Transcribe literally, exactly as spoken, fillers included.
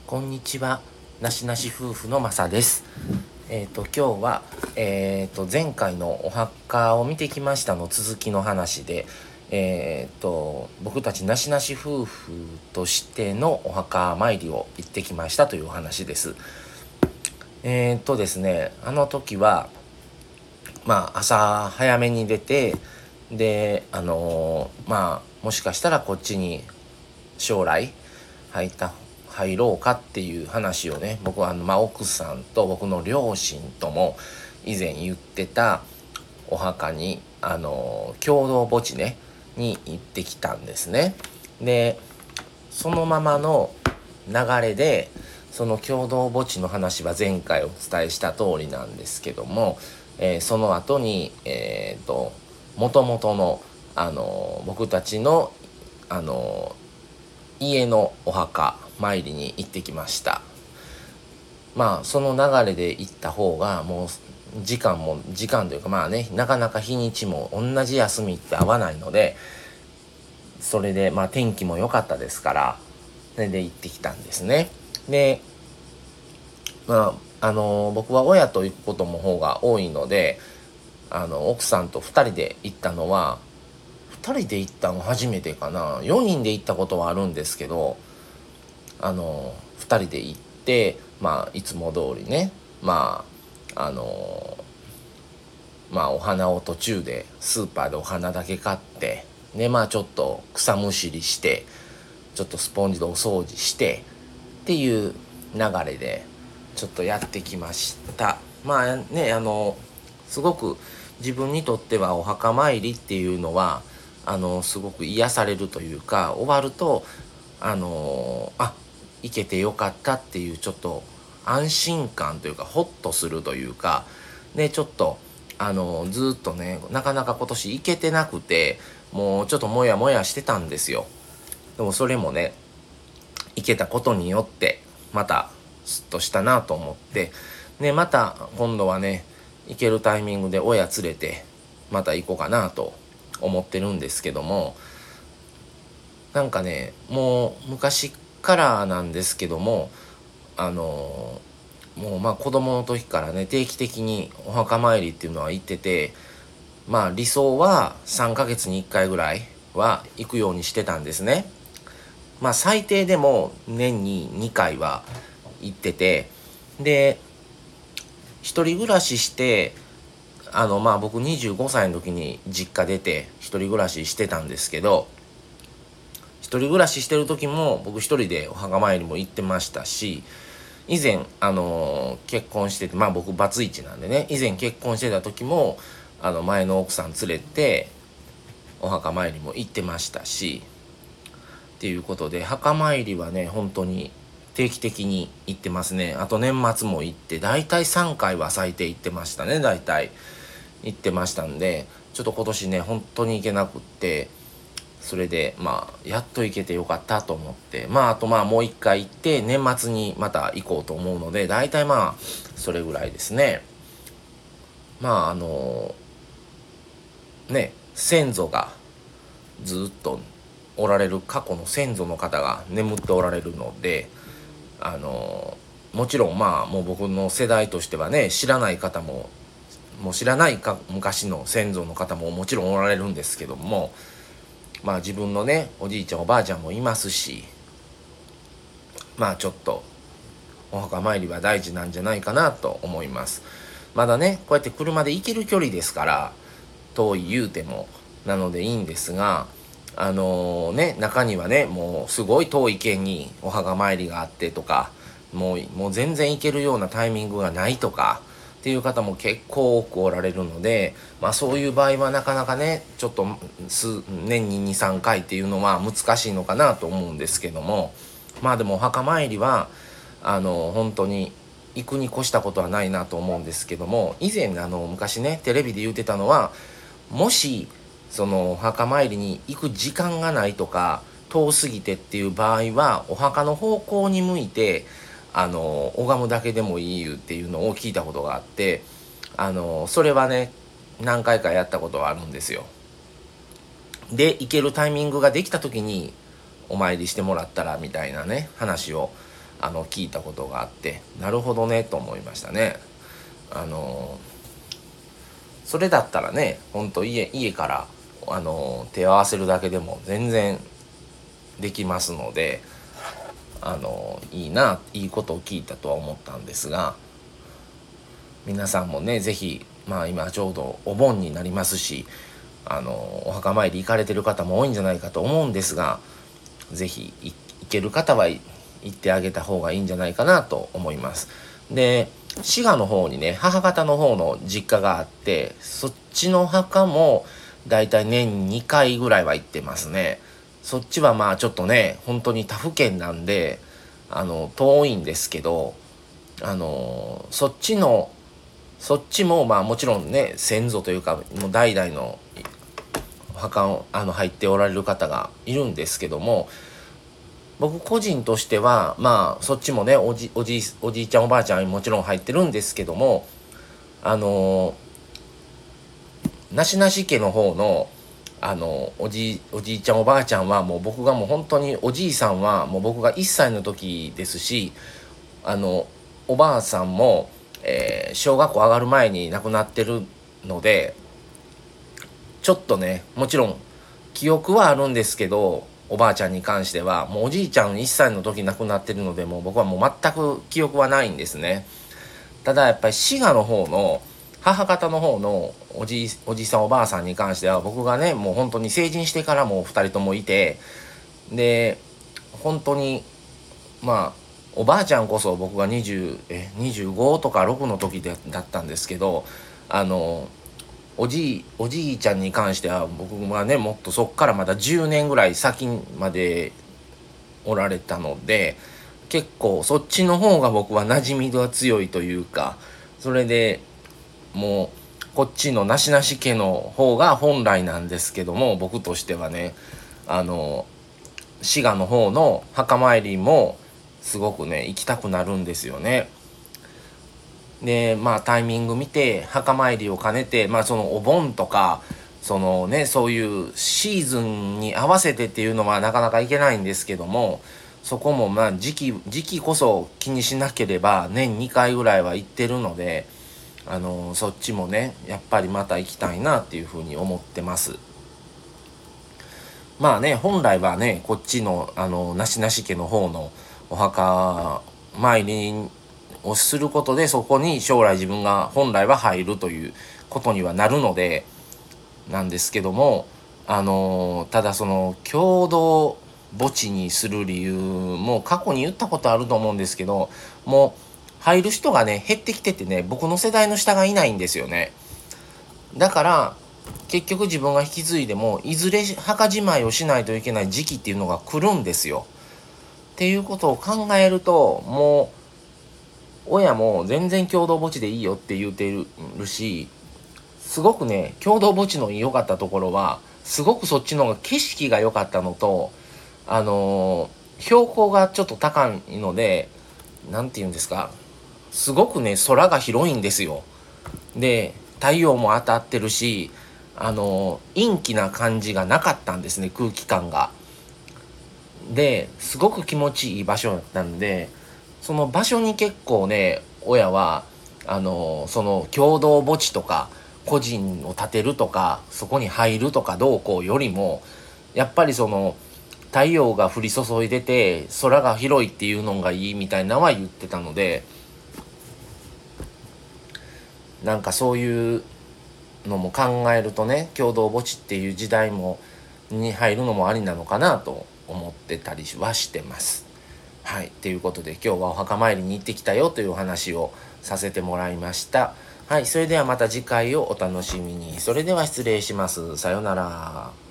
こんにちは。なしなし夫婦のまさです。えっ、と今日はえっ、と前回のお墓を見てきましたの続きの話で、えっ、と僕たちなしなし夫婦としてのお墓参りを行ってきましたというお話です。えっ、とですね、あの時はまあ朝早めに出て、であのーまあもしかしたらこっちに将来入った入ろうかっていう話をね、僕はあの、まあ、奥さんと僕の両親とも以前言ってたお墓にあの共同墓地ねに行ってきたんですね。でそのままの流れでその共同墓地の話は前回お伝えした通りなんですけども、えーその後にえっ、と元々のあの僕たちのあの家のお墓参りに行ってきました。まあその流れで行った方がもう時間も時間というかまあね、なかなか日にちも同じ休みって合わないので、それでまあ天気も良かったですから、それで行ってきたんですね。でまああの僕は親と行くことも方が多いので、あの奥さんとふたりで行ったのはふたりで行ったの初めてかな。よにんで行ったことはあるんですけど、あのふたりで行って、まあいつも通りね、まああのまあお花を途中でスーパーでお花だけ買って、でまあちょっと草むしりして、ちょっとスポンジでお掃除してっていう流れでちょっとやってきました。まあね、あのすごく自分にとってはお墓参りっていうのはあのすごく癒されるというか、終わるとあのあ行けてよかったっていうちょっと安心感というか、ホッとするというかで、ちょっとあのずっとねなかなか今年行けてなくて、もうちょっとモヤモヤしてたんですよ。でもそれもね行けたことによってまたスッとしたなと思って、でまた今度はね行けるタイミングで親連れてまた行こうかなと思ってるんですけども、なんかねもう昔からなんですけども、あのもうまあ子供の時からね定期的にお墓参りっていうのは行ってて、まあ理想はさんかげつにいっかいぐらいは行くようにしてたんですね。まあ最低でも年ににかいは行ってて、で一人暮らしして、あのまあ僕にじゅうごさいの時に実家出て一人暮らししてたんですけど、一人暮らししてる時も僕一人でお墓参りも行ってましたし、以前あの結婚してて、まあ僕バツイチなんでね、以前結婚してた時もあの前の奥さん連れてお墓参りも行ってましたしっていうことで、墓参りはね本当に定期的に行ってますね。あと年末も行って、だいたいさんかいは最低行ってましたね。だいたい行ってましたんで、ちょっと今年ね本当に行けなくって、それでまあやっと行けてよかったと思って、まああとまあもう一回行って年末にまた行こうと思うので、だいたいまあそれぐらいですね。まああのね先祖がずっとおられる、過去の先祖の方が眠っておられるので、あのもちろんまあもう僕の世代としてはね知らない方も、もう知らないか昔の先祖の方ももちろんおられるんですけども、まあ自分のねおじいちゃんおばあちゃんもいますし、まあちょっとお墓参りは大事なんじゃないかなと思います。まだねこうやって車で行ける距離ですから、遠い言うてもなのでいいんですが、あのね中にはねもうすごい遠い県にお墓参りがあってとか、もうもう全然行けるようなタイミングがないとかっていう方も結構多くおられるので、まあそういう場合はなかなかねちょっと数年ににさんかいっていうのは難しいのかなと思うんですけども、まあでもお墓参りはあの本当に行くに越したことはないなと思うんですけども、以前あの昔ねテレビで言ってたのは、もしそのお墓参りに行く時間がないとか遠すぎてっていう場合は、お墓の方向に向いてあの拝むだけでもいいっていうのを聞いたことがあって、あのそれはね何回かやったことはあるんですよ。で行けるタイミングができた時にお参りしてもらったらみたいなね話をあの聞いたことがあって、なるほどねと思いましたね。あのそれだったらね、ほんと家家からあの手を合わせるだけでも全然できますので、あのいいないいことを聞いたとは思ったんですが、皆さんもね、ぜひ、まあ今ちょうどお盆になりますし、あのお墓参り行かれてる方も多いんじゃないかと思うんですが、ぜひ行ける方は行ってあげた方がいいんじゃないかなと思います。で、滋賀の方にね、母方の方の実家があって、そっちの墓もだいたい年にかいぐらいは行ってますね。そっちはまあちょっとね、本当に他府県なんで、あの遠いんですけど、あのそっちのそっちもまあもちろんね、先祖というかもう代々のお墓をあの入っておられる方がいるんですけども、僕個人としてはまあそっちもね、おじおじおじいちゃんおばあちゃんもちろん入ってるんですけども、あのなしなし家の方のあのおじおじいちゃんおばあちゃんはもう僕がもう本当に、おじいさんはもう僕がいっさいの時ですし、あのおばあさんも、えー小学校上がる前に亡くなってるので、ちょっとね、もちろん記憶はあるんですけど、おばあちゃんに関してはもうおじいちゃんいっさいの時亡くなってるので、もう僕はもう全く記憶はないんですね。ただやっぱり滋賀の方の母方の方のおじいおじいさんおばあさんに関しては、僕がねもう本当に成人してからもふたりともいて、で本当にまあおばあちゃんこそ僕がにじゅうえにじゅうごとかろくの時でだったんですけど、あのおじいおじいちゃんに関しては僕はねもっとそっからまだじゅうねんぐらい先までおられたので、結構そっちの方が僕は馴染みが強いというか、それでもうこっちのなしなし家の方が本来なんですけども、僕としてはね、あの滋賀の方の墓参りもすごくね行きたくなるんですよね。でまあタイミング見て墓参りを兼ねて、まあそのお盆とかそのねそういうシーズンに合わせてっていうのはなかなかいけないんですけども、そこもまあ時期時期こそ気にしなければ年にかいぐらいは行ってるので、あのそっちもねやっぱりまた行きたいなっていうふうに思ってます。まあね、本来はねこっちのあのなしなし家の方のお墓参りをすることで、そこに将来自分が本来は入るということにはなるのでなんですけども、あのただその共同墓地にする理由も過去に言ったことあると思うんですけど、もう入る人がね減ってきててね、僕の世代の下がいないんですよね。だから結局自分が引き継いでもいずれ墓じまいをしないといけない時期っていうのが来るんですよ。っていうことを考えると、もう親も全然共同墓地でいいよって言うてるし、すごくね共同墓地の良かったところは、すごくそっちの方が景色が良かったのと、あのー、標高がちょっと高いので、なんて言うんですか、すごくね空が広いんですよ。で太陽も当たってるし、あの陰気な感じがなかったんですね、空気感が。ですごく気持ちいい場所だったんで、その場所に結構ね親はあのその共同墓地とか個人を建てるとかそこに入るとかどうこうよりも、やっぱりその太陽が降り注いでて空が広いっていうのがいいみたいなのは言ってたので、なんかそういうのも考えるとね、共同墓地っていう時代もに入るのもありなのかなと思ってたりはしてます。はい、ということで今日はお墓参りに行ってきたよというお話をさせてもらいました。はい、それではまた次回をお楽しみに。それでは失礼します。さようなら。